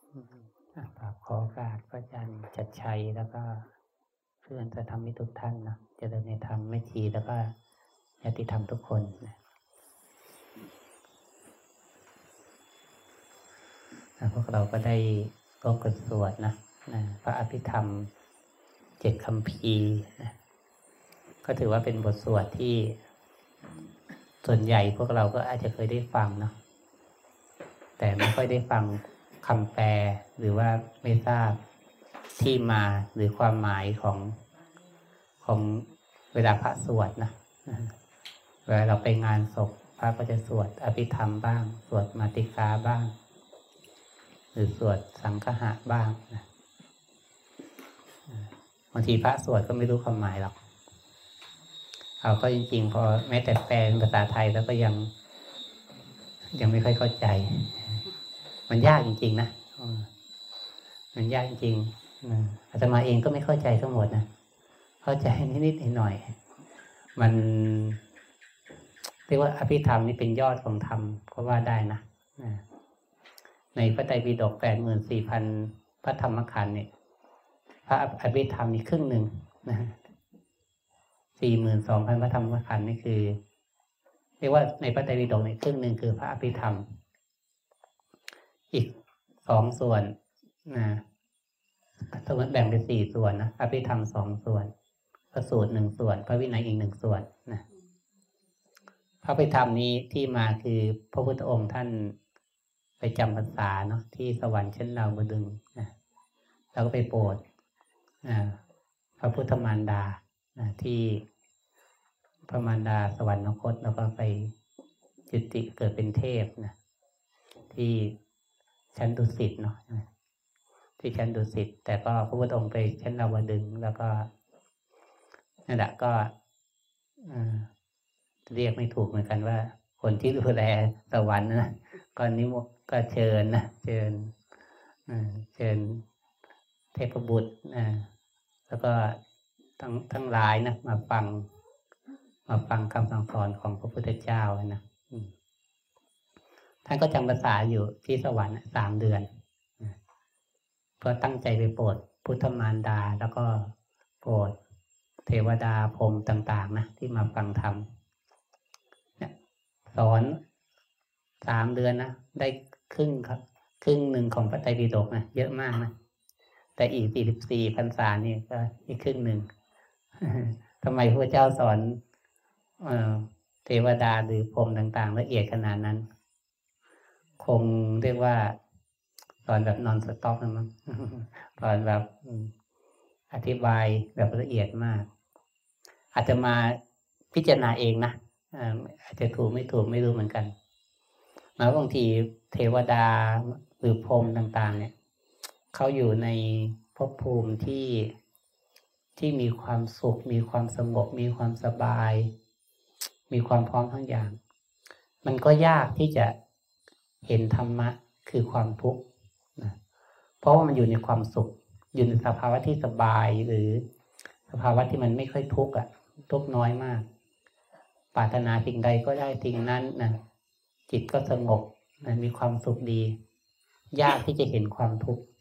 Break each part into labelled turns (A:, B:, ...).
A: ขอโอกาสพระอาจารย์ชัดชัยแล้วก็เพื่อนจะทำให้ทุกท่านนะเจริญในธรรมแม่ชีแล้วก็ญาติธรรมทุกคนนะพวกเราก็ได้ร่วมกันสวดนะพระอภิธรรม7 คัมภีร์นะก็ถือว่าเป็นบทสวดที่ส่วนใหญ่พวกเราก็อาจจะเคยได้ฟังเนาะแต่ไม่ค่อยได้ฟังคำแปลหรือว่าไม่ทราบที่มาหรือความหมายของเวลาพระสวดนะเวลาเราไปงานศพพระก็จะสวดอภิธรรมบ้างสวดมาติกาบ้างหรือสวดสังฆะบ้างนะบางทีพระสวดก็ไม่รู้ความหมายหรอกเอาก็จริงๆพอแม้แต่แปลเป็นภาษาไทยแล้วก็ยังไม่ค่อยเข้าใจมันยากจริงๆนะมันยากจริงอาตมาเองก็ไม่เข้าใจทั้งหมดนะเข้าใจนิดๆหน่อยๆมันเรียกว่าอภิธรรมนี่เป็นยอดของธรรมก็ว่าได้นะในพระไตรปิฎก 84,000 พระธรรมขันธ์เนี่ยพระอภิธรรมนี่ครึ่งหนึ่งนะ 42,000 พระธรรมขันธ์นี่คือเรียกว่าในพระไตรปิฎกเนี่ยครึ่งหนึ่งคือพระอภิธรรมอีก2 ส่วนนะทั้งหมดแบ่งเป็น4 ส่วนนะอภิธรรม2 ส่วนพระสูตร1 ส่วนพระวินัยอีก1 ส่วนนะพระอภิธรรมนี้ที่มาคือพระพุทธองค์ท่านไปจำพรรษาเนาะที่สวรรค์ชั้นดาวดึงส์นะแล้วก็ไปโปรดพระพุทธมารดาที่พระมารดาสวรรคตแล้วก็ไปจุติเกิดเป็นเทพนะที่ชั้นดุสิตเนาะที่ชั้นดุสิตแต่ก็พระพุทธองค์ไปชั้นดาวดึงส์แล้วก็นั่นแหละก็เรียกไม่ถูกเหมือนกันว่าคนที่ดูแลสวรรค์นะก็นิมนต์ก็เชิญนะเชิญเทพบุตรแล้วก็ทั้งหลายนะมาฟังคำสั่งสอนของพระพุทธเจ้านะท่านก็จำพรรษาอยู่ที่สวรรค์3 เดือนเพื่อตั้งใจไปโปรดพุทธมารดาแล้วก็โปรดเทวดาพรหมต่างๆนะที่มาฟังธรรมสอน3 เดือนนะได้ครึ่งหนึ่งของพระไตรปิฎกนะเยอะมากนะแต่อีก44 พรรษานี่ก็อีกครึ่งหนึ่งทำไมพระเจ้าสอนเทวดาหรือพรหมต่างๆละเอียดขนาดนั้นคงเรียกว่าสอนแบบนอนสต็อกนะมั้งสอนแบบอธิบายแบบละเอียดมากอาจจะมาพิจารณาเองนะอาจจะถูกไม่ถูกไม่รู้เหมือนกันแล้วบางทีเทวดาหรือพรหมต่างๆเนี่ยเขาอยู่ในภพภูมิที่มีความสุขมีความสงบมีความสบายมีความพร้อมทั้งอย่างมันก็ยากที่จะเห็นธรรมะคือความทุกข์นะเพราะว่ามันอยู่ในความสุขอยู่ในสภาวะที่สบายหรือสภาวะที่มันไม่ค่อยทุกข์ทุกข์น้อยมากปรารถนาสิ่งใดก็ได้สิ่งนั้นนะจิตก็สงบนะมีความสุขดียากที่จะเห็นความทุกข์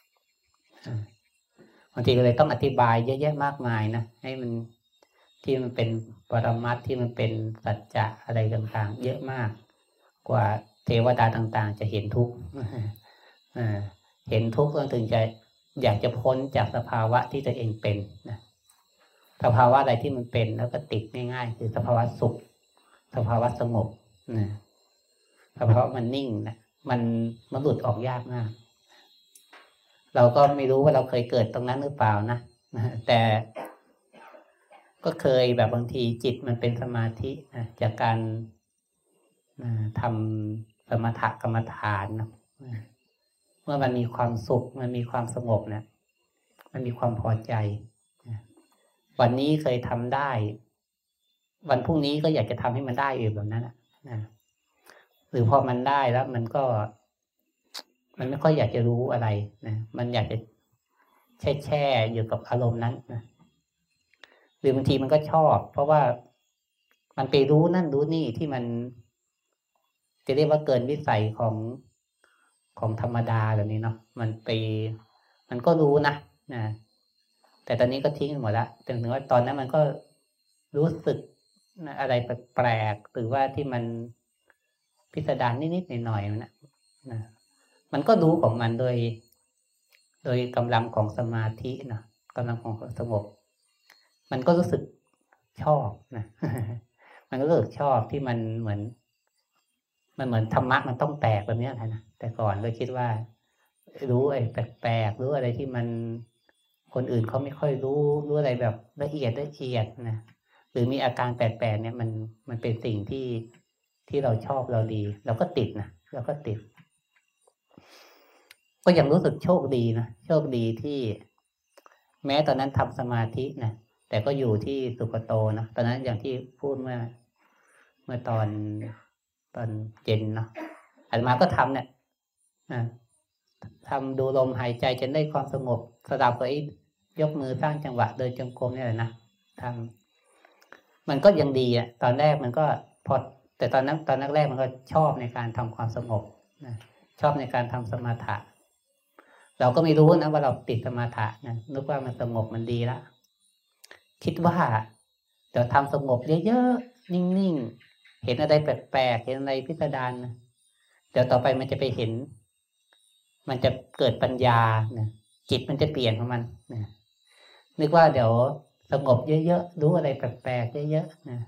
A: บางทีก็เลยต้องอธิบายเยอะแยะมากมายนะให้มันที่มันเป็นปรมัตถ์ที่มันเป็นสัจจะอะไรต่างๆเยอะมากกว่าเทวดาต่างๆจะเห็นทุกข์เห็นทุกข์ก็ถึงจะอยากจะพ้นจากสภาวะที่ตัวเองเป็นนะสภาวะอะไรที่มันเป็นแล้วก็ติดง่ายๆคือสภาวะสุขสภาวะสงบนะสภาวะมันนิ่งนะมันหลุดออกยากมากเราก็ไม่รู้ว่าเราเคยเกิดตรงนั้นหรือเปล่านะแต่ก็เคยแบบบางทีจิตมันเป็นสมาธินะจากการทำสมถกรรมฐานนะเมื่อมันมีความสุขมันมีความสงบเนี่ยมันมีความพอใจวันนี้เคยทำได้วันพรุ่งนี้ก็อยากจะทำให้มันได้อยู่แบบนั้นนะหรือพอมันได้แล้วมันไม่ค่อยอยากจะรู้อะไรนะมันอยากจะแช่อยู่กับอารมณ์นั้นนะหรือบางทีมันก็ชอบเพราะว่ามันไปรู้นั่นรู้นี่ที่มันจะเรียกว่าเกินวิสัยของธรรมดาแบบนี้เนาะมันก็รู้นะแต่ตอนนี้ก็ทิ้งหมดละถึงว่าตอนนั้นมันก็รู้สึกอะไรแปลกๆหรือว่าที่มันพิสดารนิดๆหน่อยๆนะมันก็รู้ของมันโดยกำลังของสมาธินะกำลังของสงบมันก็รู้สึกชอบนะมันก็รู้สึกชอบที่มันเหมือนธรรมะมันต้องแตกแบบนี้นะแต่ก่อนก็คิดว่ารู้ไอ้แปลกๆรู้อะไรที่มันคนอื่นเขาไม่ค่อยรู้อะไรแบบละเอียดนะหรือมีอาการแปลกๆเนี่ยมันเป็นสิ่งที่เราชอบเราดีเราก็ติดนะเราก็ติดก็ยังรู้สึกโชคดีนะโชคดีที่แม้ตอนนั้นทำสมาธินะแต่ก็อยู่ที่สุกโตนะตอนนั้นอย่างที่พูดเมื่อตอนเย็นเนาะอาตมาก็ทำเนี่ยทำดูลมหายใจจนได้ความสงบสลับกับยกมือสร้างจังหวะเดินจงกรมนี่แหละนะทำมันก็ยังดีอ่ะตอนแรกมันก็พอแต่ตอนแรกมันก็ชอบในการทำความสงบนะชอบในการทำสมาธิเราก็ไม่รู้นะว่าเราติดสมาธินะนึกว่ามันสงบมันดีละคิดว่าเดี๋ยวทำสงบเยอะๆนิ่งๆเห็นอะไรแปลกๆเห็นอะไรพิสดารนะเดี๋ยวต่อไปมันจะไปเห็นมันจะเกิดปัญญานะจิตมันจะเปลี่ยนของมันนะนึกว่าเดี๋ยวสงบเยอะๆรู้อะไรแปลกๆเยอะๆนะ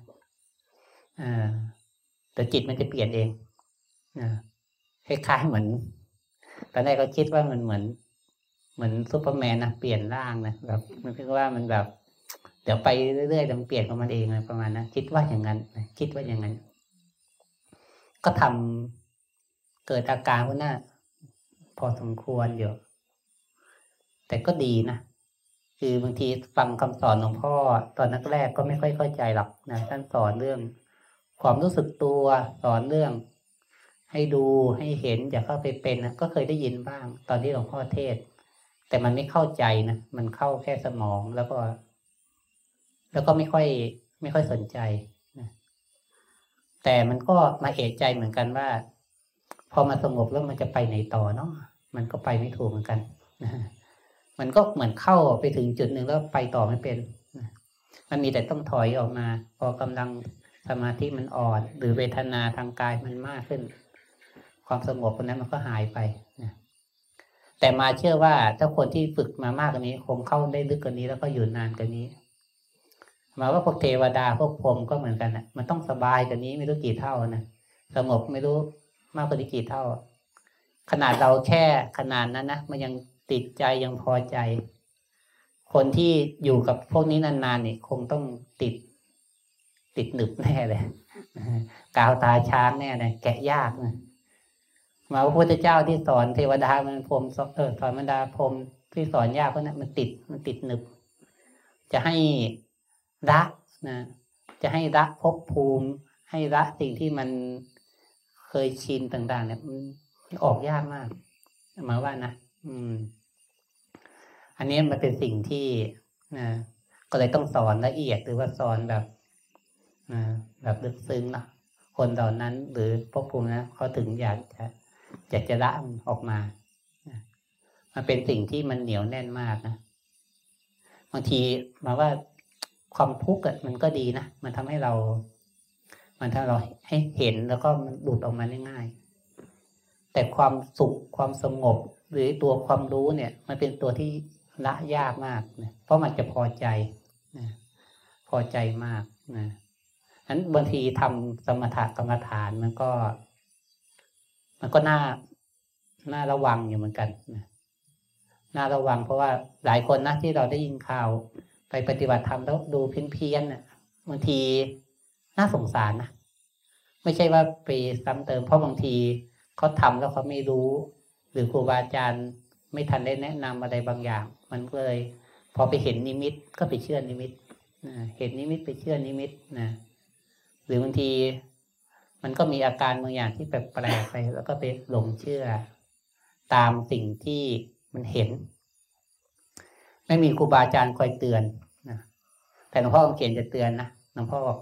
A: แต่จิตมันจะเปลี่ยนเองนะคล้ายๆเหมือนตอนแรกก็คิดว่ามันเหมือนซูเปอร์แมนนะเปลี่ยนร่างนะแบบมันคิดว่ามันแบบเดี๋ยวไปเรื่อยๆมันเปลี่ยนของมันเองประมาณนั้นคิดว่าอย่างนั้นคิดว่าอย่างนั้นก็ทำเกิดอาการพวกนั้นพอสมควรอยู่แต่ก็ดีนะคือบางทีฟังคำสอนหลวงพ่อตอนแรกก็ไม่ค่อยเข้าใจหรอกนะท่านสอนเรื่องความรู้สึกตัวสอนเรื่องให้ดูให้เห็นอย่าเข้าไปเป็นนะก็เคยได้ยินบ้างตอนที่หลวงพ่อเทศแต่มันไม่เข้าใจนะมันเข้าแค่สมองแล้วก็ไม่ค่อยสนใจนะแต่มันก็มาเอะใจเหมือนกันว่าพอมาสงบแล้วมันจะไปไหนต่อเนาะมันก็ไปไม่ถูกเหมือนกันนะมันก็เหมือนเข้าไปถึงจุดหนึ่งแล้วไปต่อไม่เป็นนะมันมีแต่ต้องถอยออกมาพอกำลังสมาธิมันอ่อนหรือเวทนาทางกายมันมากขึ้นความสงบตรงนั้นมันก็หายไปนะแต่มาเชื่อว่าถ้าคนที่ฝึกมามากกว่านี้คงเข้าได้ลึกกว่านี้แล้วก็อยู่นานกว่านี้มาว่าพวกเทวดาพวกพรหมก็เหมือนกันนะมันต้องสบายกว่านี้ไม่รู้กี่เท่านะสงบไม่รู้มากกว่านี้กี่เท่าขนาดเราแค่ขนาดนั้นนะมันยังติดใจยังพอใจคนที่อยู่กับพวกนี้นานๆเนี่ยคงต้องติดหนึบแน่เลยกาวตาช้างแน่เลยแกะยากนะมาพระพุทธเจ้าที่สอนเทวดามันพรหมสอนบรรดาพรหมที่สอนยากเพราะนั้นมันติดหนึบจะให้ละนะจะให้ละภพภูมิให้ละสิ่งที่มันเคยชินต่างๆเนี่ยมันออกยากมากหมายว่านะอันนี้มันเป็นสิ่งที่นะก็เลยต้องสอนละเอียดหรือว่าสอนแบบลึกซึ้งนะคนเหล่านั้นหรือภพภูมินะเขาถึงอยากจะละมันออกมามันเป็นสิ่งที่มันเหนียวแน่นมากนะบางทีมาว่าความทุกข์มันก็ดีนะมันทำให้เราให้เห็นแล้วก็มันหลุดออกมาได้ง่ายแต่ความสุขความสงบหรือตัวความรู้เนี่ยมันเป็นตัวที่ละยากมากนะเพราะมันจะพอใจนะพอใจมากนะนั้นบางทีทำสมถกรรมฐานมันก็น่าระวังอยู่เหมือนกันนะน่าระวังเพราะว่าหลายคนนะที่เราได้ยินข่าวไปปฏิบัติธรรมแล้วดูเพี้ยนน่ะบางทีน่าสงสารนะไม่ใช่ว่าไปซ้ำเติมเพราะบางทีเขาทำแล้วเขาไม่รู้หรือครูบาอาจารย์ไม่ทันได้แนะนำอะไรบางอย่างมันก็เลยพอไปเห็นนิมิตก็ไปเชื่อนิมิตเห็นนิมิตไปเชื่อนิมิตนะหรือบางทีมันก็มีอาการบางอย่างที่แปลกๆไปแล้วก็ไปหลงเชื่อตามสิ่งที่มันเห็นไม่มีครูบาอาจารย์คอยเตือนนะแต่หลวงพ่อเขียนจะเตือนนะหลวงพ่อบอก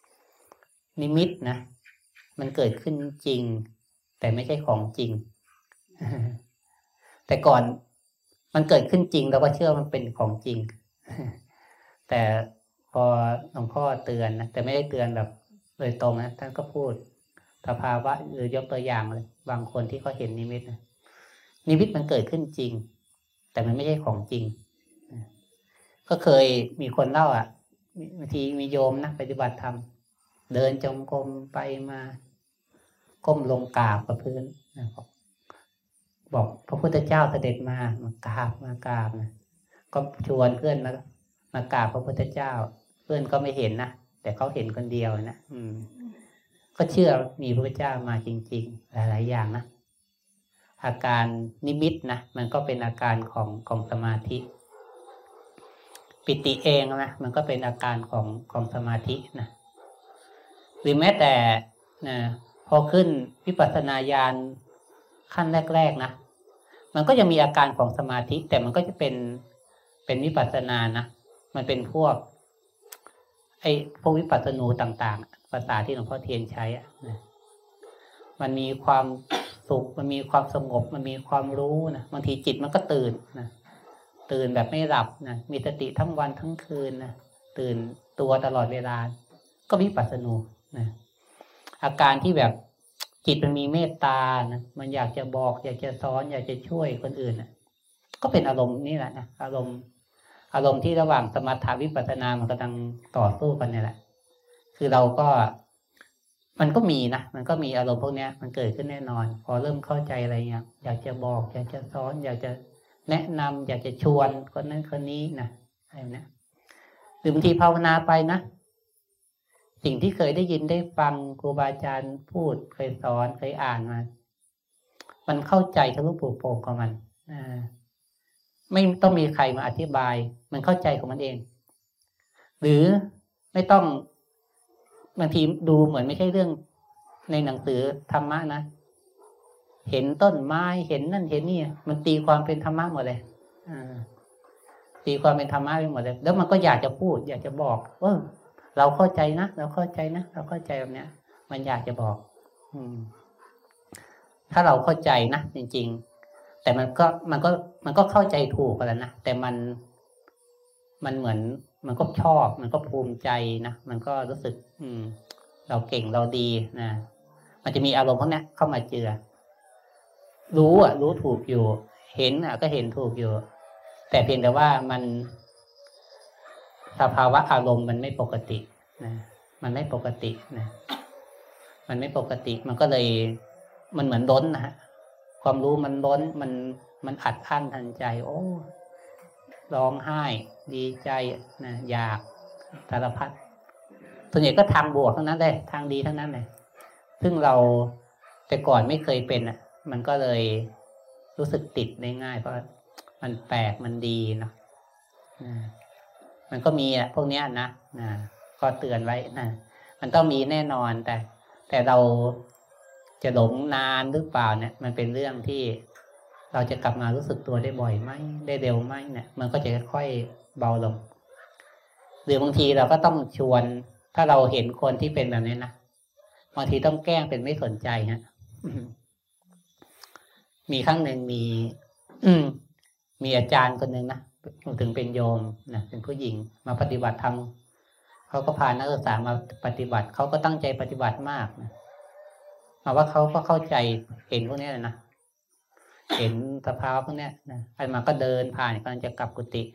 A: นิมิตนะมันเกิดขึ้นจริงแต่ไม่ใช่ของจริงแต่ก่อนมันเกิดขึ้นจริงเราก็เชื่อมันเป็นของจริง แต่พอหลวงพ่อเตือนนะแต่ไม่ได้เตือนแบบโดยตรงนะท่านก็พูดสภาวะหรือยกตัวอย่างเลยบางคนที่เขาเห็นนิมิตนะนิมิตมันเกิดขึ้นจริงแต่มันไม่ใช่ของจริงก็เคยมีคนเล่าบางทีมีโยมนะปฏิบัติธรรมเดินจงกรมไปมาก้มลงกราบกับพื้นนะบอกพระพุทธเจ้าเสด็จมากราบนะก็ชวนเพื่อนมากราบพระพุทธเจ้าเพื่อนก็ไม่เห็นนะแต่เขาเห็นคนเดียวนะก็เชื่อมีพระพุทธเจ้ามาจริงๆหลายๆอย่างนะอาการนิมิตนะมันก็เป็นอาการของสมาธิปิติเองนะมันก็เป็นอาการของสมาธินะหรือแม้แต่นะพอขึ้นวิปัสสนาญาณขั้นแรกๆนะมันก็ยังมีอาการของสมาธิแต่มันก็จะเป็นวิปัสสนานะมันเป็นพวกวิปัสสนูต่างๆภาษาที่หลวงพ่อเทียนใช้นะมันมีความสุขมันมีความสงบมันมีความรู้นะบางทีจิตมันก็ตื่นนะตื่นแบบไม่หลับนะมีสติทั้งวันทั้งคืนนะตื่นตัวตลอดเวลาก็วิปัสสนูนะอาการที่แบบจิตมันมีเมตตานะมันอยากจะบอกอยากจะสอนอยากจะช่วยคนอื่นนะก็เป็นอารมณ์นี่แหละนะอารมณ์ที่ระหว่างสมถะวิปัสสนามันกำลังต่อสู้กันนี่แหละคือเราก็มันก็มีนะมันก็มีอารมณ์พวกนี้มันเกิดขึ้นแน่นอนพอเริ่มเข้าใจอะไรเงี้ยอยากจะบอกอยากจะสอนอยากจะแนะนำอยากจะชวนคนนั้นคนนี้นะอะไรนะหรือบางทีภาวนาไปนะสิ่งที่เคยได้ยินได้ฟังครูบาอาจารย์พูดเคยสอนเคยอ่านมามันเข้าใจทะลุปลุกโปร่งของมันไม่ต้องมีใครมาอธิบายมันเข้าใจของมันเองหรือไม่ต้องบางทีดูเหมือนไม่ใช่เรื่องในหนังสือธรรมะนะเห็นต้นไม้เห็นนั่นเห็นนี่มันตีความเป็นธรรมะหมดเลยตีความเป็นธรรมะไปหมดเลยแล้วมันก็อยากจะพูดอยากจะบอกเราเข้าใจนะเราเข้าใจนะเราเข้าใจแบบเนี้ยมันอยากจะบอกถ้าเราเข้าใจนะจริงๆแต่มันก็เข้าใจถูกกันแล้วนะแต่มันเหมือนมันก็ชอบมันก็ภูมิใจนะมันก็รู้สึกเราเก่งเราดีนะมันจะมีอารมณ์พวกนี้เข้ามาเจือรู้ถูกอยู่เห็นก็เห็นถูกอยู่แต่เพียงแต่ว่ามันสภาวะอารมณ์มันไม่ปกตินะมันไม่ปกตินะมันไม่ปกติมันก็เลยมันเหมือนล้นนะฮะความรู้มันล้นมันอัดอั้นทันใจโอ้ร้องไห้ดีใจนะอยากสารพัดส่วนใหญ่ก็ทางบวกทั้งนั้นเลยทางดีทั้งนั้นเลยซึ่งเราแต่ก่อนไม่เคยเป็นมันก็เลยรู้สึกติดได้ง่ายเพราะมันแปลกมันดีเนาะมันก็มีพวกนี้นะก็เตือนไว้นะมันต้องมีแน่นอนแต่เราจะหลงนานหรือเปล่าเนี่ยมันเป็นเรื่องที่เราจะกลับมารู้สึกตัวได้บ่อยไหมได้เร็วไหมเนี่ยมันก็จะค่อยๆเบาลงหรือบางทีเราก็ต้องชวนถ้าเราเห็นคนที่เป็นแบบนี้นะบางทีต้องแกล้งเป็นไม่สนใจฮะมีครั้งหนึ่งมีอาจารย์คนหนึ่งนะถึงเป็นโยมนะเป็นผู้หญิงมาปฏิบัติธรรมเขาก็พานักศึกษามาปฏิบัติเขาก็ตั้งใจปฏิบัติมากนะมาว่าเขาก็เข้าใจเห็นพวกนี้นะเห็นสภาวะพวกนี้นะไอ้มาก็เดินผ่านกำลังจะกลับกุฏิ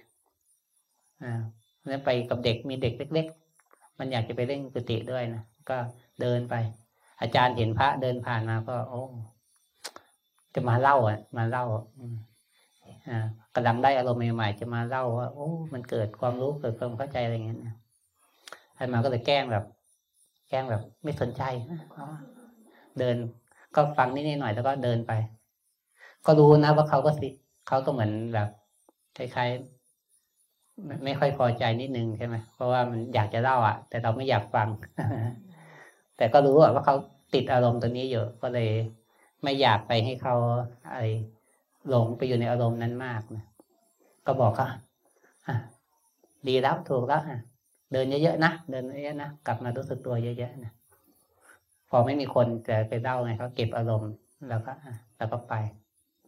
A: แล้วไปกับเด็กมีเด็กเล็กๆมันอยากจะไปเล่นกุฏิด้วยนะก็เดินไปอาจารย์เห็นพระเดินผ่านมาก็โอ้จะมาเล่ากำลังได้อารมณ์ใหม่ๆจะมาเล่าว่าโอ้มันเกิดความรู้เกิดความเข้าใจอะไรอย่างเงี้ยไอ้มาก็เลยแกล้งแบบไม่สนใจเดินก็ฟังนิดหน่อยแล้วก็เดินไปก็รู้นะว่าเขาก็เหมือนแบบคล้ายๆไม่ค่อยพอใจนิดนึงใช่ไหมเพราะว่ามันอยากจะเล่าแต่เราไม่อยากฟัง แต่ก็รู้ว่าเขาติดอารมณ์ตัวนี้อยู่ก็เลยไม่อยากไปให้เขาหลงไปอยู่ในอารมณ์นั้นมากนะก็บอกเขาดีแล้วถูกแล้วเดินเยอะๆนะเดินเยอะๆนะกลับมารู้สึกตัวเยอะๆนะพอไม่มีคนจะไปเล่าไงเขาเก็บอารมณ์แล้วก็ไป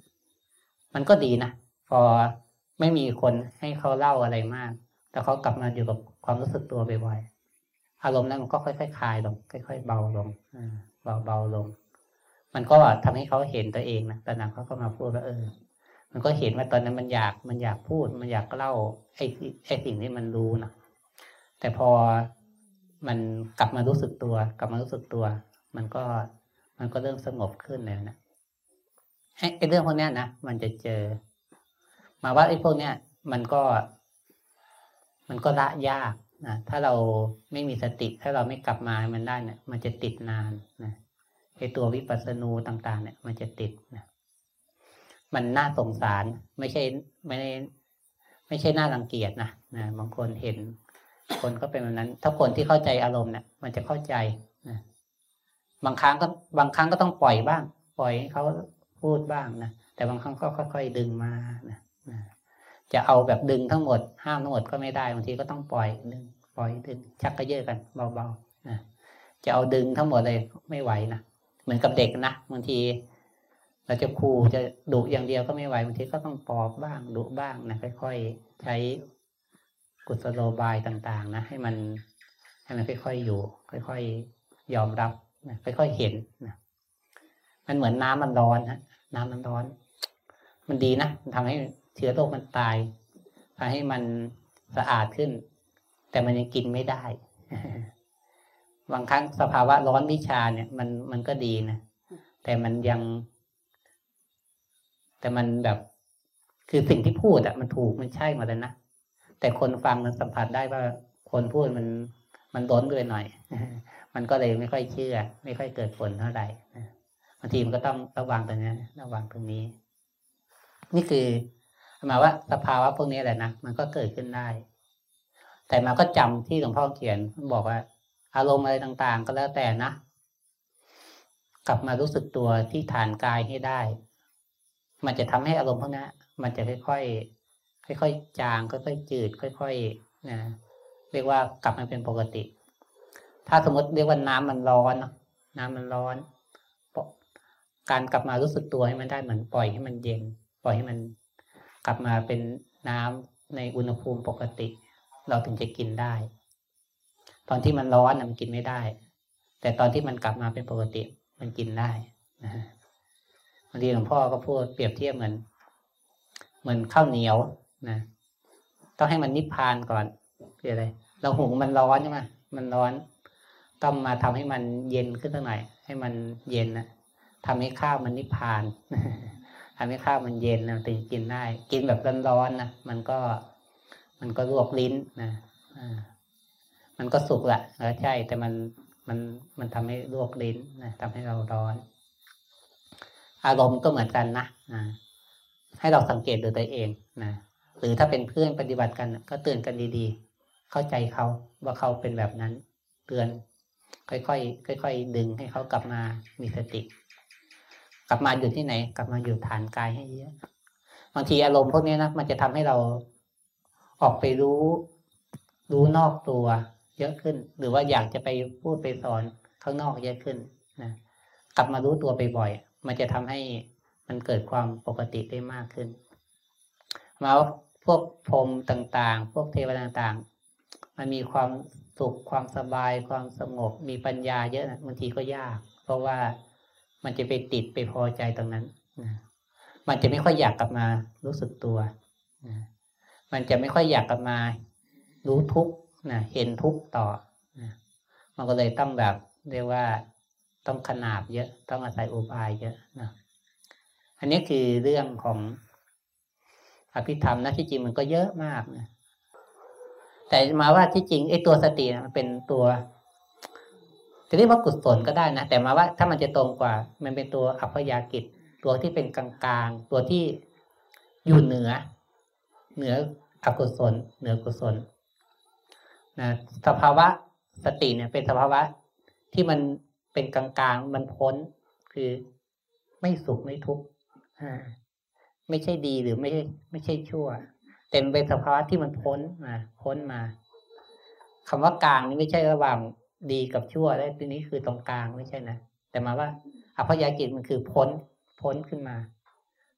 A: มันก็ดีนะพอไม่มีคนให้เขาเล่าอะไรมากแต่เขากลับมาอยู่กับความรู้สึกตัวบ่อยๆอารมณ์นั้นมันก็ค่อยๆคลายลงค่อยๆเบาลงเบาลงมันก็ทำให้เขาเห็นตัวเองนะตอนนั้นเขาก็มาพูดว่ามันก็เห็นว่าตอนนั้นมันอยากพูดมันอยากเล่าไอ้สิ่งที่มันรู้นะแต่พอมันกลับมารู้สึกตัวมันก็เริ่มสงบขึ้นเลยนะไอ้เรื่องพวกนี้นะมันจะเจอมาว่าไอ้พวกเนี้ยมันก็ละยากนะถ้าเราไม่มีสติถ้าเราไม่กลับมามันได้เนี่ยมันจะติดนานนะไอ้ตัววิปัสสนูต่างๆเนี่ยมันจะติดนะมันน่าสงสารไม่ใช่น่ารังเกียจนะบางคนเห็นคนก็เป็นแบบนั้นถ้าคนที่เข้าใจอารมณ์เนี่ยมันจะเข้าใจนะบางครั้งก็ต้องปล่อยบ้างปล่อยให้เขาพูดบ้างนะแต่บางครั้งก็ค่อยๆดึงมานะจะเอาแบบดึงทั้งหมดห้ามทั้งหมดก็ไม่ได้บางทีก็ต้องปล่อยดึงชักกระเยาะกันเบาๆนะจะเอาดึงทั้งหมดเลยไม่ไหวนะเหมือนกับเด็กนะบางทีเราจะขู่จะดุอย่างเดียวก็ไม่ไหวบางทีก็ต้องปลอบบ้างดุบ้างนะค่อยๆใช้กุศโลบายต่างๆนะให้มันค่อยๆอยู่ค่อยๆยอมรับนะค่อยๆเห็นนะมันเหมือนน้ำมันร้อนฮะน้ำมันร้อนมันดีนะมันทำให้เชื้อโรคมันตายทำให้มันสะอาดขึ้นแต่มันยังกินไม่ได้ บางครั้งสภาวะร้อนวิชาเนี่ยมันก็ดีนะแต่มันแบบคือสิ่งที่พูดอ่ะมันถูกมันใช่หมดเลยนะแต่คนฟังมันสัมผัสได้ว่าคนพูดมันร้อนด้วยหน่อย มันก็เลยไม่ค่อยเชื่อไม่ค่อยเกิดผลเท่าไหร่บางทีมันก็ต้องระวังตรงนี้ระวังตรงนี้นี่คือหมายว่าสภาวะพวกนี้แหละนะมันก็เกิดขึ้นได้แต่มาก็จำที่หลวงพ่อเขียนบอกว่าอารมณ์อะไรต่างๆก็แล้วแต่นะกลับมารู้สึกตัวที่ฐานกายให้ได้มันจะทำให้อารมณ์พวกนี้มันจะค่อยๆจางค่อยๆจืดค่อยๆนะเรียกว่ากลับมาเป็นปกติถ้าสมมติเรียกว่าน้ำมันร้อนการกลับมารู้สึกตัวให้มันได้เหมือนปล่อยให้มันเย็นปล่อยให้มันกลับมาเป็นน้ำในอุณหภูมิปกติเราถึงจะกินได้ตอนที่มันร้อนมันกินไม่ได้แต่ตอนที่มันกลับมาเป็นปกติมันกินได้นะบางทีหลวงพ่อก็พูดเปรียบเทียบเหมือนข้าวเหนียวนะต้องให้มันนิพพานก่อนคืออะไรเราหุงมันร้อนใช่ไหมมันร้อนต้องมาทำให้มันเย็นขึ้นสักหน่อยให้มันเย็นนะทำให้ข้าวมันนิพพานทำให้ข้าวมันเย็นนะถึงกินได้กินแบบร้อนๆนะมันก็ลวกลิ้นนะมันก็สุกแหละใช่แต่มันทำให้ลวกลิ้นนะทำให้เราร้อนอารมณ์ก็เหมือนกันนะให้เราสังเกตดูตัวเองนะหรือถ้าเป็นเพื่อนปฏิบัติกันก็เตือนกันดีๆเข้าใจเขาว่าเขาเป็นแบบนั้นเตือนค่อยๆดึงให้เขากลับมามีสติกลับมาอยู่ที่ไหนกลับมาอยู่ฐานกายให้เยอะบางทีอารมณ์พวกนี้นะมันจะทำให้เราออกไปรู้นอกตัวเยอะขึ้นหรือว่าอยากจะไปพูดไปสอนข้างนอกเยอะขึ้นนะกลับมารู้ตัวบ่อยๆมันจะทำให้มันเกิดความปกติได้มากขึ้นมาพวกพรหมต่างๆพวกเทวดาต่างๆมันมีความสุขความสบายความสงบมีปัญญาเยอะนะบางทีก็ยากเพราะว่ามันจะไปติดไปพอใจตรงนั้นนะมันจะไม่ค่อยอยากกลับมารู้สึกตัวนะมันจะไม่ค่อยอยากกลับมารู้ทุกข์นะเห็นทุกข์ต่อนะมันก็เลยต้องแบบเรียกว่าต้องขนาบเยอะต้องอาศัยอุบายเยอะนะอันนี้คือเรื่องของอภิธรรมนะที่จริงมันก็เยอะมากนะแต่มาว่าที่จริงไอ้ตัวสตินะมันเป็นตัวจะเรียกว่ากุศลก็ได้นะแต่มาว่าถ้ามันจะตรงกว่ามันเป็นตัวอัพยากิจตัวที่เป็นกลางๆตัวที่อยู่เหนืออกุศลเหนือกุศลนะสภาวะสติเนี่ยเป็นสภาวะที่มันเป็นกลางๆมันพ้นคือไม่สุขไม่ทุกข์ไม่ใช่ดีหรือไม่ใช่ชั่วแต่เป็นสภาวะที่มันพ้นมาคำว่ากลางนี่ไม่ใช่ระหว่างดีกับชั่วและทีนี้คือตรงกลางไม่ใช่นะแต่มาว่าอภยกิจมันคือพ้นขึ้นมา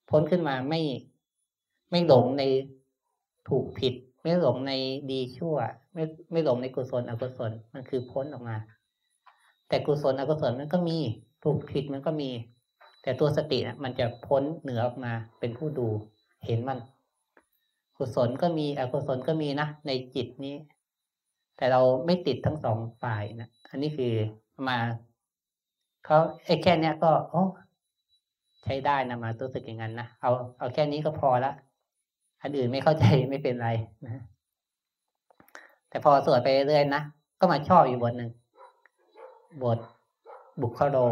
A: พ้นขึ้นมาไม่หลงในถูกผิดไม่หลงในดีชั่วไม่หลงในกุศลอกุศลมันคือพ้นออกมาแต่กุศลอกุศลมันก็มีถูกผิดมันก็มีแต่ตัวสติมันจะพ้นเหนือออกมาเป็นผู้ดูเห็นมันกุศลก็มีอกุศลก็มีนะในจิตนี้แต่เราไม่ติดทั้งสองฝ่ายนะอันนี้คือมาเขาแค่นี้ก็ใช้ได้นะมารู้สึกอย่างนั้นนะเอาแค่นี้ก็พอละอันอื่นไม่เข้าใจไม่เป็นไรนะแต่พอสวดไปเรื่อยๆนะก็มาชอบอยู่บทหนึ่งบทบุคโล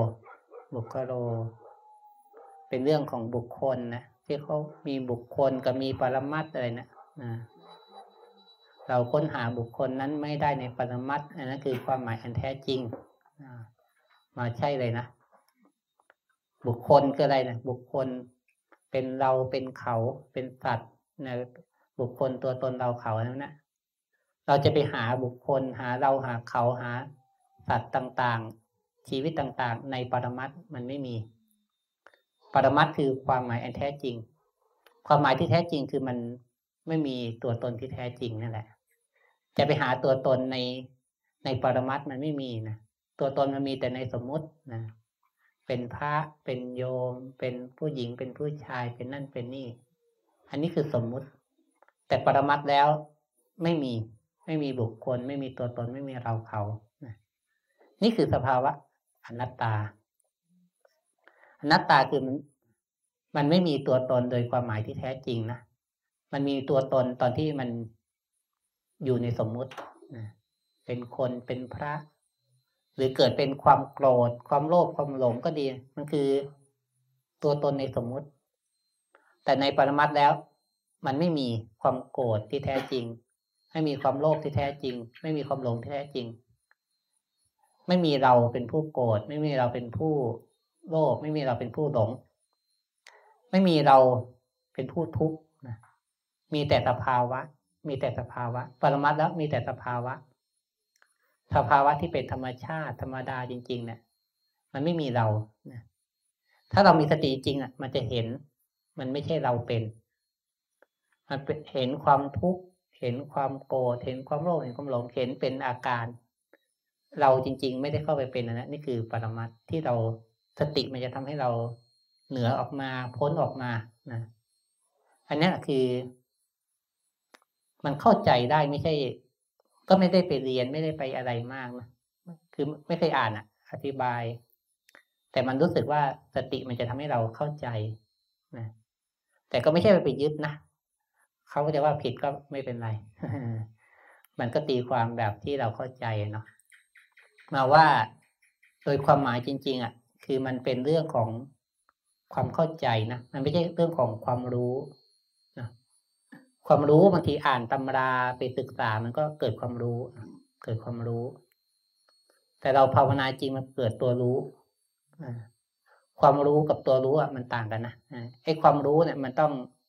A: เป็นเรื่องของบุคคลนะที่เขามีบุคคลกับมีปรมัตถ์อะไรนะเราค้นหาบุคคลนั้นไม่ได้ในปรมัตถ์อันนั้นคือความหมายอันแท้จริงมาใช่เลยนะบุคคลคืออะไรนะบุคคลเป็นเราเป็นเขาเป็นสัตว์นะบุคคลตัวตนเราเขานั่นนะเราจะไปหาบุคคลหาเราหาเขาหาสัตว์ต่างๆชีวิตต่างๆในปรมัตถ์มันไม่มีปรมัตถ์คือความหมายอันแท้จริงความหมายที่แท้จริงคือมันไม่มีตัวตนที่แท้จริงนั่นแหละจะไปหาตัวตนในปรมัตถ์มันไม่มีนะตัวตนมันมีแต่ในสมมุตินะเป็นพระเป็นโยมเป็นผู้หญิงเป็นผู้ชายเป็นนั่นเป็นนี่อันนี้คือสมมุติแต่ปรมัตถ์แล้วไม่มีบุคคลไม่มีตัวตนไม่มีเราเขานะนี่คือสภาวะอนัตตาอนัตตาคือมันไม่มีตัวตนโดยความหมายที่แท้จริงนะมันมีตัวตนตอนที่มันอยู่ในสมมุตินะเป็นคนเป็นพระหรือเกิดเป็นความโกรธความโลภความหลงก็ดีมันคือตัวตนในสมมุติแต่ในปรมัตถ์แล้วมันไม่มีความโกรธที่แท้จริงไม่มีความโลภที่แท้จริงไม่มีความหลงที่แท้จริงไม่มีเราเป็นผู้โกรธไม่มีเราเป็นผู้โลภไม่มีเราเป็นผู้หลงไม่มีเราเป็นผู้ทุกข์นะมีแต่สภาวะปรมัตถ์แล้วมีแต่สภาวะที่เป็นธรรมชาติธรรมดาจริงๆเนี่ยมันไม่มีเรานะถ้าเรามีสติจริงมันจะเห็นมันไม่ใช่เราเป็นมันเห็นความทุกข์เห็นความโกรธเห็นความโลภเห็นความหลงเห็นเป็นอาการเราจริงๆไม่ได้เข้าไปเป็นนะนี่คือปรมัตถ์ที่เราสติมันจะทำให้เราเหนือออกมาพ้นออกมานะอันนี้คือมันเข้าใจได้ไม่ใช่ก็ไม่ได้ไปเรียนไม่ได้ไปอะไรมากนะคือไม่เคยอ่านอธิบายแต่มันรู้สึกว่าสติมันจะทำให้เราเข้าใจนะแต่ก็ไม่ใช่ไปยึดนะเขาก็จะว่าผิดก็ไม่เป็นไร มันก็ตีความแบบที่เราเข้าใจเนาะมาว่าโดยความหมายจริงๆคือมันเป็นเรื่องของความเข้าใจนะมันไม่ใช่เรื่องของความรู้นะความรู้บางทีอ่านตำราไปศึกษามันก็เกิดความรู้แต่เราภาวนาจริงมันเกิดตัวรู้ความรู้กับตัวรู้มันต่างกันนะไอ้ความรู้เนี่ยมัน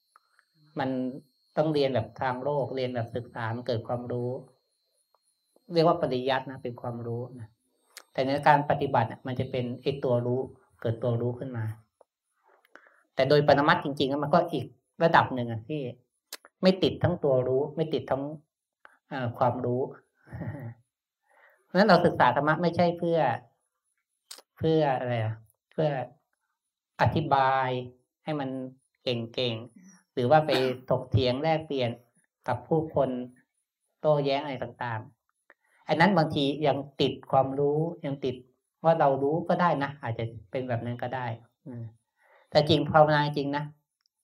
A: ต้องเรียนแบบทางโลกเรียนแบบศึกษามันเกิดความรู้เรียกว่าปริยัตินะเป็นความรู้นะแต่ในการปฏิบัติมันจะเป็นไอ้ตัวรู้เกิดตัวรู้ขึ้นมาแต่โดยปรมัตถ์จริงๆมันก็อีกระดับหนึ่งที่ไม่ติดทั้งตัวรู้ไม่ติดทั้งความรู้เพราะฉะนั้นเราศึกษาธรรมะไม่ใช่เพื่ออะไรเพื่ออธิบายให้มันเก่งๆหรือว่าไปถกเถียงแลกเปลี่ยนกับผู้คนโต้แย้งอะไรต่างๆอันนั้นบางทียังติดความรู้ยังติดว่าเรารู้ก็ได้นะอาจจะเป็นแบบนั้นก็ได้แต่จริงภาวนาจริงนะ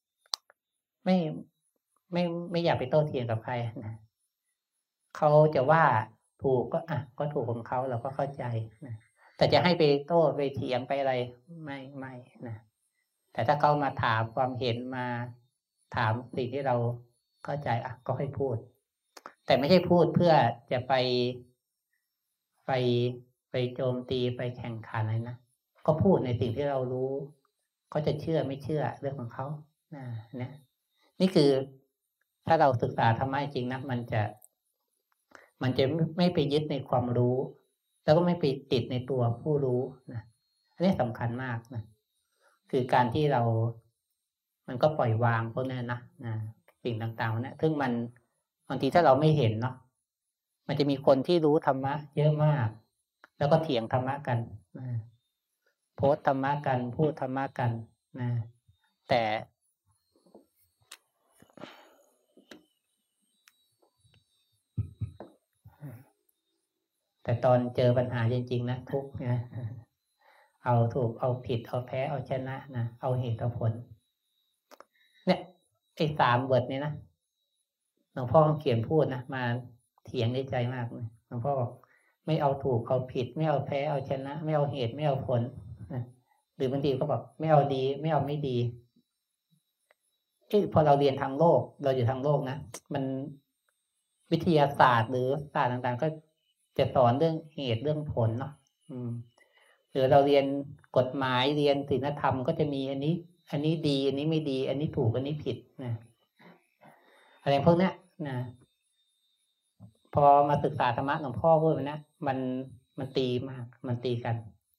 A: ไม่อยากไปโต้เถียงกับใครนะเขาจะว่าถูกก็ถูกของเขาเราก็เข้าใจนะแต่จะให้ไปโต้ไปเถียงไปอะไรไม่นะแต่ถ้าเขามาถามความเห็นมาถามสิ่งที่เราเข้าใจก็ให้พูดแต่ไม่ใช่พูดเพื่อจะไปโจมตีไปแข่งขันอะไรนะก็พูดในสิ่งที่เรารู้เขาจะเชื่อไม่เชื่อเรื่องของเขานะนี่คือถ้าเราศึกษาธรรมะจริงนะมันจะไม่ไปยึดในความรู้แล้วก็ไม่ไปติดในตัวผู้รู้นะอันนี้สำคัญมากนะคือการที่เรามันก็ปล่อยวางพวกนั้นนะสิ่งต่างๆเนี่ยซึ่งมันบางทีถ้าเราไม่เห็นเนาะมันจะมีคนที่รู้ธรรมะเยอะมากแล้วก็เถียงธรรมะกันโพสต์ธรรมะกันพูดธรรมะกันนะแต่ตอนเจอปัญหาจริงๆนะทุกข์นะเอาถูกเอาผิดเอาแพ้เอาชนะนะเอาเหตุเอาผลเนี่ยไอ้3 บทนี้นะหลวงพ่อเขียนพูดนะมาเถียงในใจมากเลยหลวงพ่อบอกไม่เอาถูกเอาผิดไม่เอาแพ้เอาชนะไม่เอาเหตุไม่เอาผลนะหรือบางทีก็บอกไม่เอาดีไม่เอาไม่ดีพอเราเรียนทางโลกเราอยู่ทางโลกนะมันวิทยาศาสตร์หรือศาสตร์ต่างๆก็จะสอนเรื่องเหตุเรื่องผลเนาะหรือเราเรียนกฎหมายเรียนศีลธรรมก็จะมีอันนี้ดีอันนี้ไม่ดีอันนี้ถูกอันนี้ผิดนะอะไรพวกนี้นะพอมาศึกษาธรรมะหลวงพ่อพูดนะมันตีมากมันตีกัน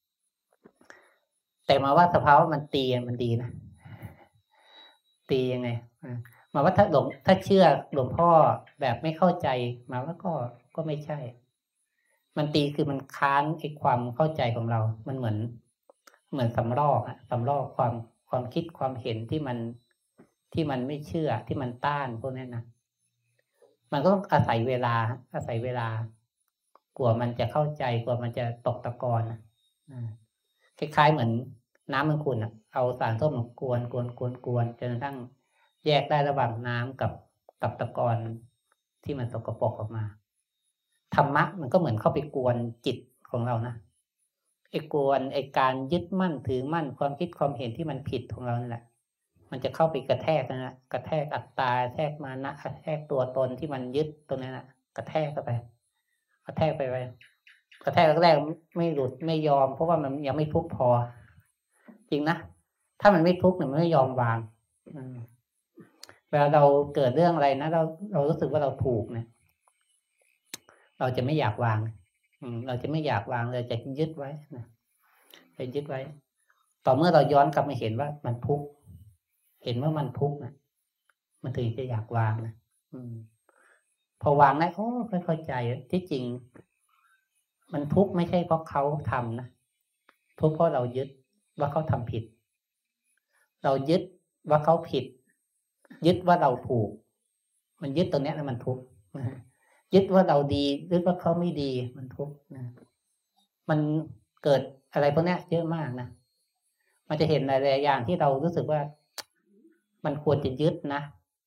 A: แต่มาว่าสภาวะมันตีมันดีนะตียังไงมาว่าถ้าเชื่อหลวงพ่อแบบไม่เข้าใจมาว่าก็ไม่ใช่มันตีคือมันค้านไอ้ความเข้าใจของเรามันเหมือนสำรอกความคิดความเห็นที่มันไม่เชื่อที่มันต้านพวกนี้นะมันก็ต้องอาศัยเวลากว่ามันจะเข้าใจกว่ามันจะตกตะกอนนะคล้ายๆเหมือนน้ำมันขุ่นเอาสารส้มกวนจนกระทั่งแยกได้ระหว่างน้ำกับตะกอนที่มันสกปรกออกมาธรรมะมันก็เหมือนเข้าไปกวนจิตของเรานะกวนการยึดมั่นถือมั่นความคิดความเห็นที่มันผิดของเรานั่นแหละมันจะเข้าไปกระแทกนะกระแทกอัตตากระแทกมานะกระแทกตัวตนที่มันยึดตรงนั้นนะกระแทกเข้าไปกระแทกไปกระแทกแรกไม่หลุดไม่ยอมเพราะว่ามันยังไม่ทุกข์พอจริงนะถ้ามันไม่ทุกข์เนี่ยมันไม่ยอมวางเวลาเราเกิดเรื่องอะไรนะเรารู้สึกว่าเราถูกเนี่ยเราจะไม่อยากวางเราจะไม่อยากวางเลยจะยึดไว้นะจะยึดไว้ต่อเมื่อเราย้อนกลับมาเห็นว่ามันทุกข์เห็นว่ามันทุกข์นะมันถึงจะอยากวางนะพอวางได้ค่อยเข้าใจที่จริงมันทุกข์ไม่ใช่เพราะเขาทำนะทุกข์เพราะเรายึดว่าเขาทำผิดเรายึดว่าเขาผิดยึดว่าเราถูกมันยึดตรงนี้แล้วมันทุกข์ยึดว่าเราดียึดว่าเขาไม่ดีมันทุกข์นะมันเกิดอะไรพวกนี้เยอะมากนะมันจะเห็นหลายๆอย่างที่เรารู้สึกว่ามันควรจะยึดนะ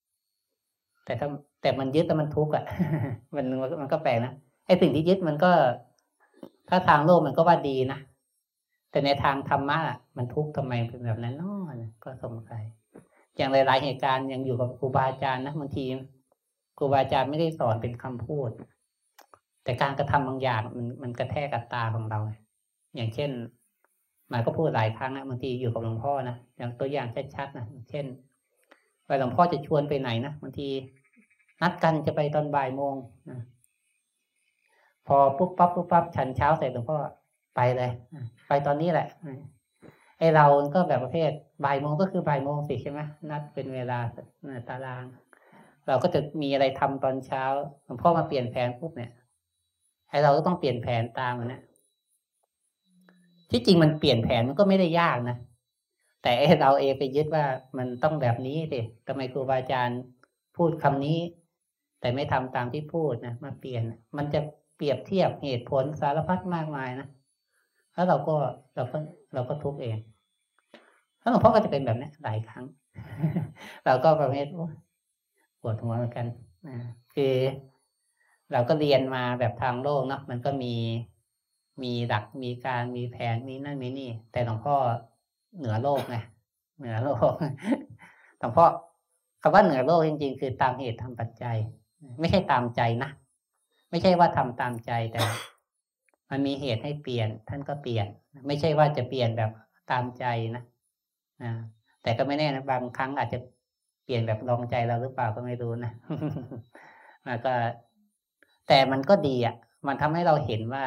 A: แต่มันยึดแล้วมันทุกข์มันก็แปลกนะไอ้สิ่งที่ยึดมันก็ถ้าทางโลกมันก็ว่าดีนะแต่ในทางธรรมะมันทุกข์ทำไมเป็นแบบนั้นก็สงสัยอย่างหลายๆเหตุการณ์ยังอยู่กับครูบาอาจารย์นะบางทีครูบาอาจารย์ไม่ได้สอนเป็นคำพูดแต่การกระทำบางอย่างมันกระแทกอัตตาของเราอย่างเช่นหมายก็พูดหลายครั้งนะบางทีอยู่กับหลวงพ่อนะอย่างตัวอย่างชัดๆนะเช่นเวลาหลวงพ่อจะชวนไปไหนนะบางทีนัดกันจะไปตอนบ่ายโมงนะพอปุ๊บปั๊บฉันเช้าเสร็จหลวงพ่อไปเลยไปตอนนี้แหละไอ้เราก็แบบประเภทบ่ายโมงก็คือบ่ายโมงสิใช่ไหมนัดเป็นเวลาตารางเราก็จะมีอะไรทำตอนเช้าหลวงพ่อมาเปลี่ยนแผนปุ๊บเนี่ยไอ้เราก็ต้องเปลี่ยนแผนตามมันนะที่จริงมันเปลี่ยนแผนมันก็ไม่ได้ยากนะแต่เราเองไปยึดว่ามันต้องแบบนี้สิทำไมครูบาอาจารย์พูดคำนี้แต่ไม่ทำตามที่พูดนะมาเปลี่ยนมันจะเปรียบเทียบเหตุผลสารพัดมากมายนะแล้วเราก็ทุกข์เองแล้วหลวงพ่อก็จะเป็นแบบนี้หลายครั้ง เราก็ประเภทปวดหัวเหมือนกันคือเราก็เรียนมาแบบทางโลกเนาะมันก็มีหลักมีการมีแผนมีนั่นมีนี่แต่หลวงพ่อเหนือโลกไงเหนือโลกหลวงพ่อคำว่าเหนือโลกจริงๆคือตามเหตุตามปัจจัยไม่ใช่ตามใจนะไม่ใช่ว่าทำตามใจแต่มันมีเหตุให้เปลี่ยนท่านก็เปลี่ยนไม่ใช่ว่าจะเปลี่ยนแบบตามใจนะแต่ก็ไม่แน่นะบางครั้งอาจจะเปลี่ยนแบบลองใจเราหรือเปล่าก็ไม่รู้นะแล้วก็แต่มันก็ดีมันทำให้เราเห็นว่า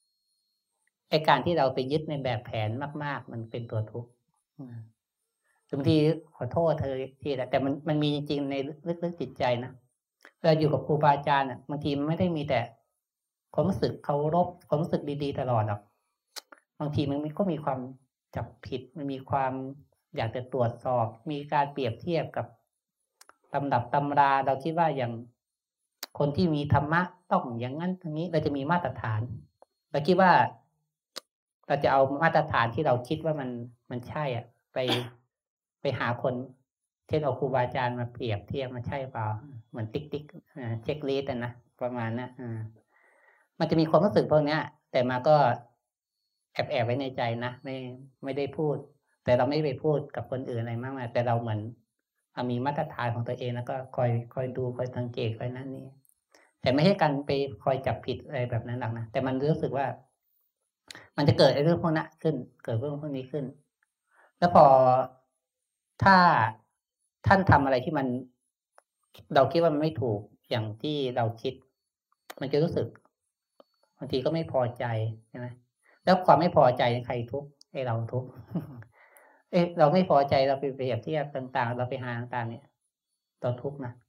A: ไอ้การที่เราไปยึดในแบบแผนมากๆมันเป็นตัวทุกข์บางทีขอโทษเธอทีแต่มันมีจริงๆในลึกๆจิตใจนะเวลาอยู่กับครูบาอาจารย์บางทีมันไม่ได้มีแต่ความรู้สึกเคารพความรู้สึกดีๆตลอดหรอกบางทีมันก็มีความจับผิดมันมีความอยากจะตรวจสอบมีการเปรียบเทียบกับตำรับตำราเราคิดว่าอย่างคนที่มีธรรมะต้องอย่างนั้นอย่างนี้เราจะมีมาตรฐานเราคิดว่าเราจะเอามาตรฐานที่เราคิดว่ามันใช่ไปหาคนเช่นเอาครูบาอาจารย์มาเปรียบเทียบมันใช่เปล่าเหมือนติ๊กเช็คลิสต์นะประมาณนั้นมันจะมีความรู้สึกพวกนี้แต่มาก็แอบไว้ในใจนะไม่ได้พูดแต่เราไม่ไปพูดกับคนอื่นอะไรมากมายแต่เราเหมือนมีมาตรฐานของตัวเองแล้วก็คอยดูคอยสังเกตคอยนั่นนี่แต่ไม่ใช่การไปคอยจับผิดอะไรแบบนั้นหรอกนะแต่มันรู้สึกว่ามันจะเกิดเรื่องพวกนั้นขึ้นเกิดเรื่องพวกนี้ขึ้นแล้วพอถ้าท่านทำอะไรที่มันเราคิดว่ามันไม่ถูกอย่างที่เราคิดมันจะรู้สึกบางทีก็ไม่พอใจใช่ไหมแล้วความไม่พอใจใครทุกข์ให้เราทุกข์เราไม่พอใจเราไปเปรียบเทียบต่างๆเราไปหาต่างๆเนี่ยเราทุกข์นะ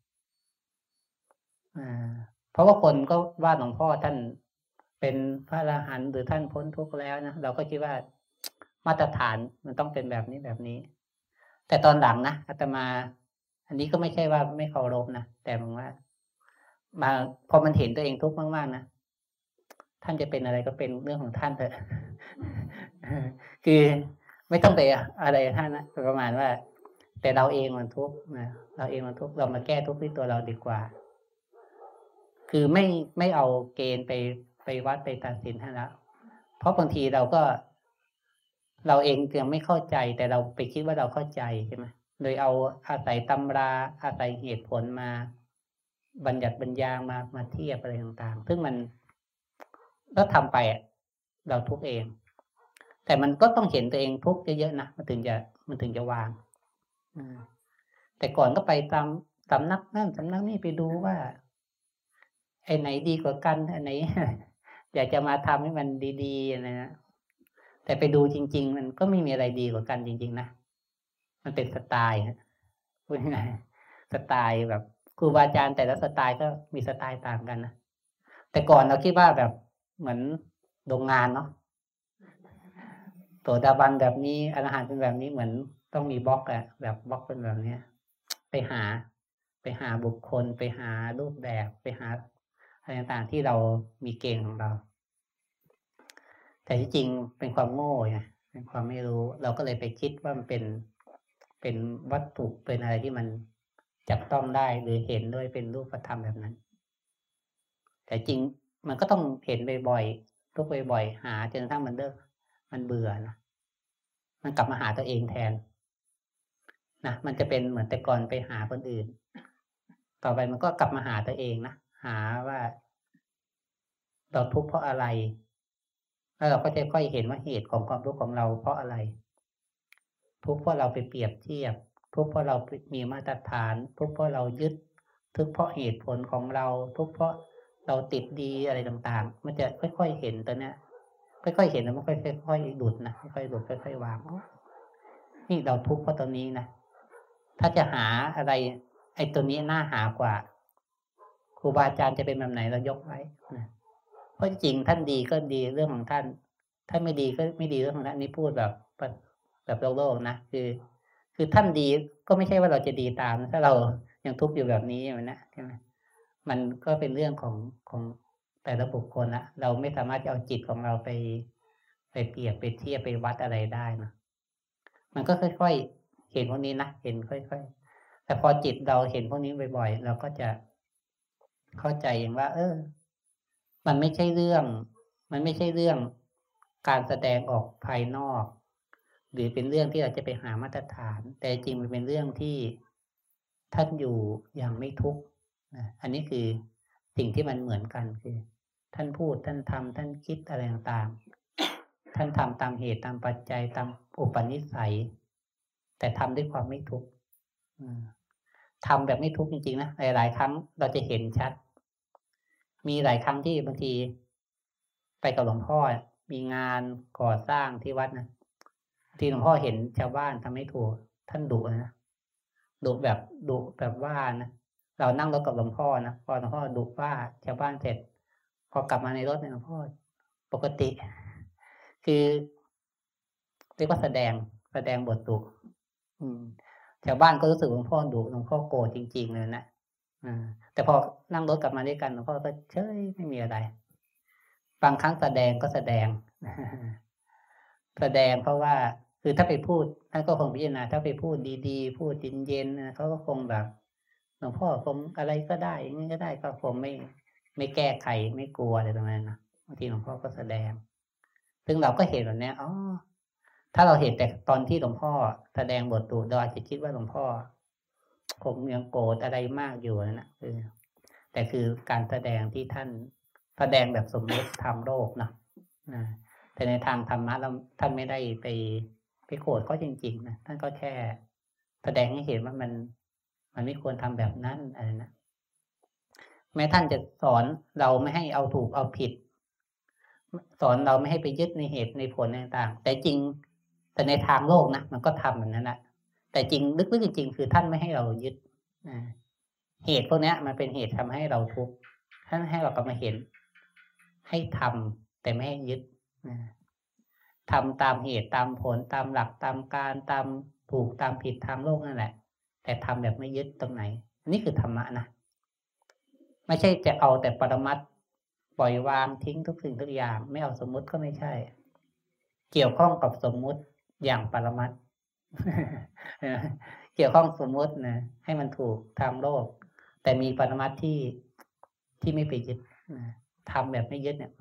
A: เพราะว่าคนก็ว่าหลวงพ่อท่านเป็นพระอรหันต์หรือท่านพ้นทุกข์แล้วนะเราก็คิดว่ามาตรฐานมันต้องเป็นแบบนี้แบบนี้แต่ตอนหลังนะอาตมาอันนี้ก็ไม่ใช่ว่าไม่เคารพนะแต่ผมว่ามาพอมันเห็นตัวเองทุกข์มากๆนะท่านจะเป็นอะไรก็เป็นเรื่องของท่านเถอะคือไม่ต้องไปอะไรท่านนะประมาณว่าแต่เราเองมันทุกข์นะเราเองมันทุกข์เรามาแก้ทุกข์ที่ตัวเราดีกว่าคือไม่เอาเกณฑ์ไปวัดไปตัดสินท่านแล้วเพราะบางทีเราเองยังไม่เข้าใจแต่เราไปคิดว่าเราเข้าใจใช่ไหมโดยเอาอาศัยตำราอาศัยเหตุผลมาบัญญัติบัญญัติมาเทียบอะไรต่างๆซึ่งมันแล้วทำไปเราทุกเองแต่มันก็ต้องเห็นตัวเองทุกเยอะๆนะมันถึงจะวางแต่ก่อนก็ไปตามสำนักนั่นสำนักนี่ไปดูว่าไอ้ไหนดีกว่ากันไอ้ไหนอยากจะมาทำให้มันดีๆอะไรนะแต่ไปดูจริงๆมันก็ไม่มีอะไรดีกว่ากันจริงๆนะมันเป็นสไตล์พูดง่ายๆสไตล์แบบครูบาอาจารย์แต่ละสไตล์ก็มีสไตล์ต่างกันนะแต่ก่อนเราคิดว่าแบบเหมือนโรงงานเนาะโสดาบันแบบนี้อรหันต์เป็นแบบนี้เหมือนต้องมีบล็อกแบบบล็อกเป็นแบบนี้ไปหาบุคคลไปหารูปแบบไปหาอะไรต่างๆที่เรามีเกณฑ์ของเราแต่ที่จริงเป็นความโง่ไงเป็นความไม่รู้เราก็เลยไปคิดว่ามันเป็นวัตถุเป็นอะไรที่มันจับต้องได้หรือเห็นด้วยเป็นรูปธรรมแบบนั้นแต่จริงมันก็ต้องเห็นบ่อยๆทุกบ่อยๆหาจนกระทั่งมันเลิกมันเบื่อนะมันกลับมาหาตัวเองแทนนะมันจะเป็นเหมือนแต่ก่อนไปหาคนอื่นต่อไปมันก็กลับมาหาตัวเองนะหาว่าเราทุกข์เพราะอะไรแล้วเราก็จะค่อยเห็นว่าเหตุของความทุกข์ของเราเพราะอะไรทุกข์เพราะเราไปเปรียบเทียบทุกข์เพราะเรามีมาตรฐานทุกข์เพราะเรายึดทุกข์เพราะเหตุผลของเราทุกข์เพราะเราติดดีอะไรต่างๆมันจะค่อยๆเห็นตัวเนี้ยค่อยๆเห็นแล้วมันค่อยๆหลุดนะค่อยๆหลุดค่อยๆวางนี่เราทุกข์เพราะตัวนี้นะถ้าจะหาอะไรไอ้ตัวนี้น่าหากว่าครูบาอาจารย์จะเป็นแบบไหนเรายกไว้นะเพราะจริงท่านดีก็ดีเรื่องของท่านท่านไม่ดีก็ไม่ดีเรื่องของท่านนี่พูดแบบโลกนะคือท่านดีก็ไม่ใช่ว่าเราจะดีตามถ้าเรายังทุกข์อยู่แบบนี้นะใช่ไหมมันก็เป็นเรื่องของแต่ละบุคคลละเราไม่สามารถจะเอาจิตของเราไปเปรียบไปเทียบไปวัดอะไรได้นะมันก็ค่อยๆเห็นพวกนี้นะเห็นค่อยๆแต่พอจิตเราเห็นพวกนี้บ่อยๆเราก็จะเข้าใจเองว่ามันไม่ใช่เรื่องการแสดงออกภายนอกหรือเป็นเรื่องที่เราจะไปหามาตรฐานแต่จริงมันเป็นเรื่องที่ท่านอยู่อย่างไม่ทุกข์นะอันนี้คือสิ่งที่มันเหมือนกันคือท่านพูดท่านทำท่านคิดอะไรต่างๆท่านทำตามเหตุตามปัจจัยตามอุปนิสัยแต่ทำด้วยความไม่ทุกข์ทำแบบไม่ทุกข์จริงๆนะหลายๆครั้งเราจะเห็นชัดมีหลายครั้งที่บางทีไปกับหลวงพ่อมีงานก่อสร้างที่วัดนะที่หลวงพ่อเห็นชาวบ้านทำไม่ถูกท่านดุนะดุแบบว่านะเรานั่งรถกับหลวงพ่อนะพอหลวงพ่อดุว่าชาวบ้านเสร็จพอกลับมาในรถเนี่ยหลวงพ่อปกติ คือเรียกว่าแสดงบทดุชาวบ้านก็รู้สึกหลวงพ่อดุหลวงพ่อโกรธจริงๆเลยนะแต่พอนั่งรถกลับมาด้วยกันหลวงพ่อก็เฉยไม่มีอะไรบางครั้งแสดงก็แสดง แสดงเพราะว่าคือถ้าไปพูดท่านก็คงพิจารณาถ้าไปพูดดีๆพูดเย็นๆเขาก็คงแบบหลวงพ่อผมอะไรก็ได้อย่างนี้ก็ได้ก็คงไม่แก้ไขไม่กลัวอะไรตรงนั้นนะบางทีหลวงพ่อก็แสดงซึ่งเราก็เห็นแบบนี้อ๋อถ้าเราเห็นแต่ตอนที่หลวงพ่อแสดงบทดุเราอาจจะคิดว่าหลวงพ่อคงยังโกรธอะไรมากอยู่นะแต่คือการแสดงที่ท่านแสดงแบบสมมติทำโลกนะแต่ในทางธรรมะเราท่านไม่ได้ไปโกรธก็จริงๆนะท่านก็แค่แสดงให้เห็นว่ามันไม่ควรทำแบบนั้นอะไรนะแม้ท่านจะสอนเราไม่ให้เอาถูกเอาผิดสอนเราไม่ให้ไปยึดในเหตุในผลต่างๆแต่จริงแต่ในทางโลกนะมันก็ทำแบบนั้นแหละแต่จริงลึกๆจริงๆคือท่านไม่ให้เรายึดเหตุพวกนี้มันเป็นเหตุทำให้เราทุกข์ท่านให้เรากลับมาเห็นให้ทำแต่ไม่ให้ยึดทำตามเหตุตามผลตามหลักตามการตามถูกตามผิดทางโลกนั่นแหละแต่ทำแบบไม่ยึดตรงไหนนี่คือธรรมะนะไม่ใช่จะเอาแต่ปรมัตถ์ปล่อยวางทิ้งทุกสิ่งทุกอย่างไม่เอาสมมุติก็ไม่ใช่เกี่ยวข้องกับสมมุติอย่างปรมัตถ์ เกี่ยวข้องสมมุตินะให้มันถูกทางโลกแต่มีปรมัตถ์ที่ไม่ไปยึดนะทำแบบไม่ยึดเนี่ย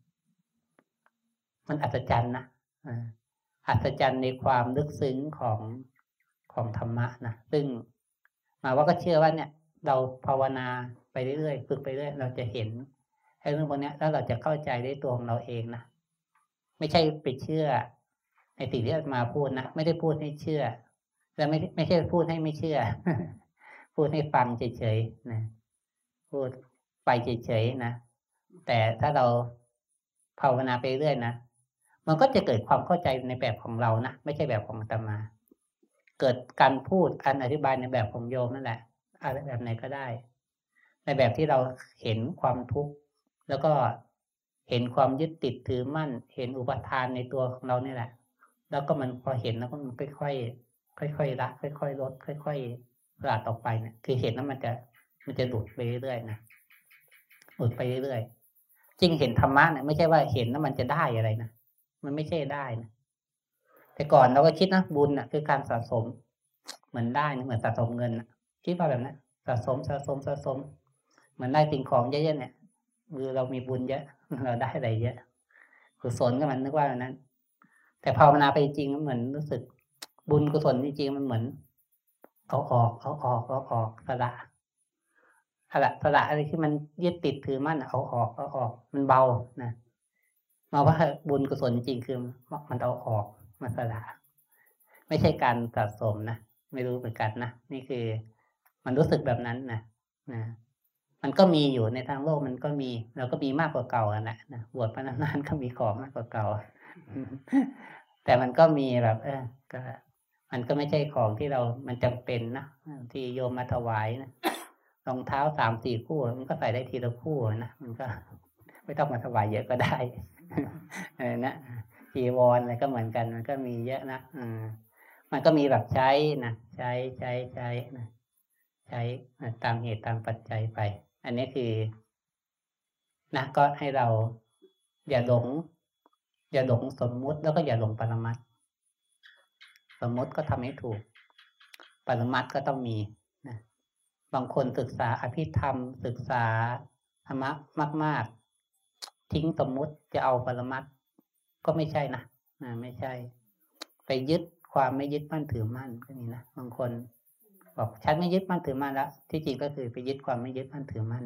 A: มันอัศจรรย์นะอัศจรรย์ในความลึกซึ้งของธรรมะนะซึ่งมาว่าก็เชื่อว่าเนี่ยเราภาวนาไปเรื่อยๆฝึกไปเรื่อยเราจะเห็นไอ้เรื่องพวกนี้แล้วเราจะเข้าใจได้ตัวของเราเองนะไม่ใช่ไปเชื่อในสิ่งที่อาตมาพูดนะไม่ได้พูดให้เชื่อและไม่ใช่พูดให้ไม่เชื่อ พูดให้ฟังเฉยๆนะพูดไปเฉยๆนะแต่ถ้าเราภาวนาไปเรื่อยนะมันก็จะเกิดความเข้าใจในแบบของเรานะไม่ใช่แบบของอาตมาเกิดการพูดการอธิบายในแบบของโยมนั่นแหละอะไรแบบไหนก็ได้ในแบบที่เราเห็นความทุกข์แล้วก็เห็นความยึดติดถือมั่นเห็นอุปทานในตัวของเรานี่แหละแล้วก็มันพอเห็นแล้วก็มันค่อยๆละค่อยๆลดค่อยๆสลัดออกไปเนี่ยคือเห็นแล้วมันจะหลุดไปเรื่อยๆนะหลุดไปเรื่อยๆจริงเห็นธรรมะเนี่ยไม่ใช่ว่าเห็นแล้วมันจะได้อะไรนะมันไม่ใช่ได้นะแต่ก่อนเราก็คิดนะบุญน่ะคือการสะสมเหมือนได้นะเหมือนสะสมเงินนะคิดว่าแบบนั้นสะสมเหมือนได้สิ่งของเยอะๆเนี่ยคือเรามีบุญเยอะเราได้อะไรเยอะกุศลก็มันนึกว่าแบบนั้นแต่ภาวนาไปจริงมันเหมือนรู้สึกบุญกุศลจริงๆมันเหมือนเอาออกสละอะไรที่มันยึดติดถือมั่นเอาออกมันเบานะมาว่าบุญกุศลจริงคือมันเอาออกมาสละไม่ใช่การสะสมนะไม่รู้เหมือนกันนะนี่คือมันรู้สึกแบบนั้นนะมันก็มีอยู่ในทางโลกมันก็มีเราก็มีมากกว่าเก่าอ่ะนะบวชมานานๆก็มีของมากกว่าเก่าแต่มันก็มีแบบก็มันก็ไม่ใช่ของที่มันจำเป็นนะที่โยมมาถวายนะรองเท้า3-4 คู่มันก็ใส่ได้ทีละคู่นะมันก็ไม่ต้องมาถวายเยอะก็ได้นะจีวรอะไรก็เหมือนกันมันก็มีเยอะนะมันก็มีแบบใช้นะใช้นะใช้ตามเหตุตามปัจจัยไปอันนี้คือนะก็ให้เราอย่าหลงสมมุติแล้วก็อย่าหลงปรมัตถ์สมมุติก็ทำให้ถูกปรมัตถ์ก็ต้องมีนะบางคนศึกษาอภิธรรมศึกษาธรรมะมากๆทิ้งสมมุติจะเอาปรมัตถ์ก็ไม่ใช่นะไม่ใช่ไปยึดความไม่ยึดมั่นถือมั่นก็นี่นะบางคนบอกฉันไม่ยึดมั่นถือมั่นแล้วที่จริงก็คือไปยึดความไม่ยึดมั่นถือมั่น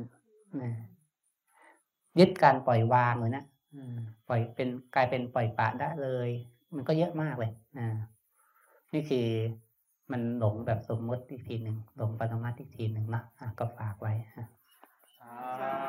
A: ยึดการปล่อยวางเลยนะปล่อยเป็นกลายเป็นปล่อยปละได้เลยมันก็เยอะมากเลยนี่คือมันหลงแบบสมมติอีกทีหนึ่งหลงปรมัตถ์อีกทีหนึ่งนะก็ฝากไว้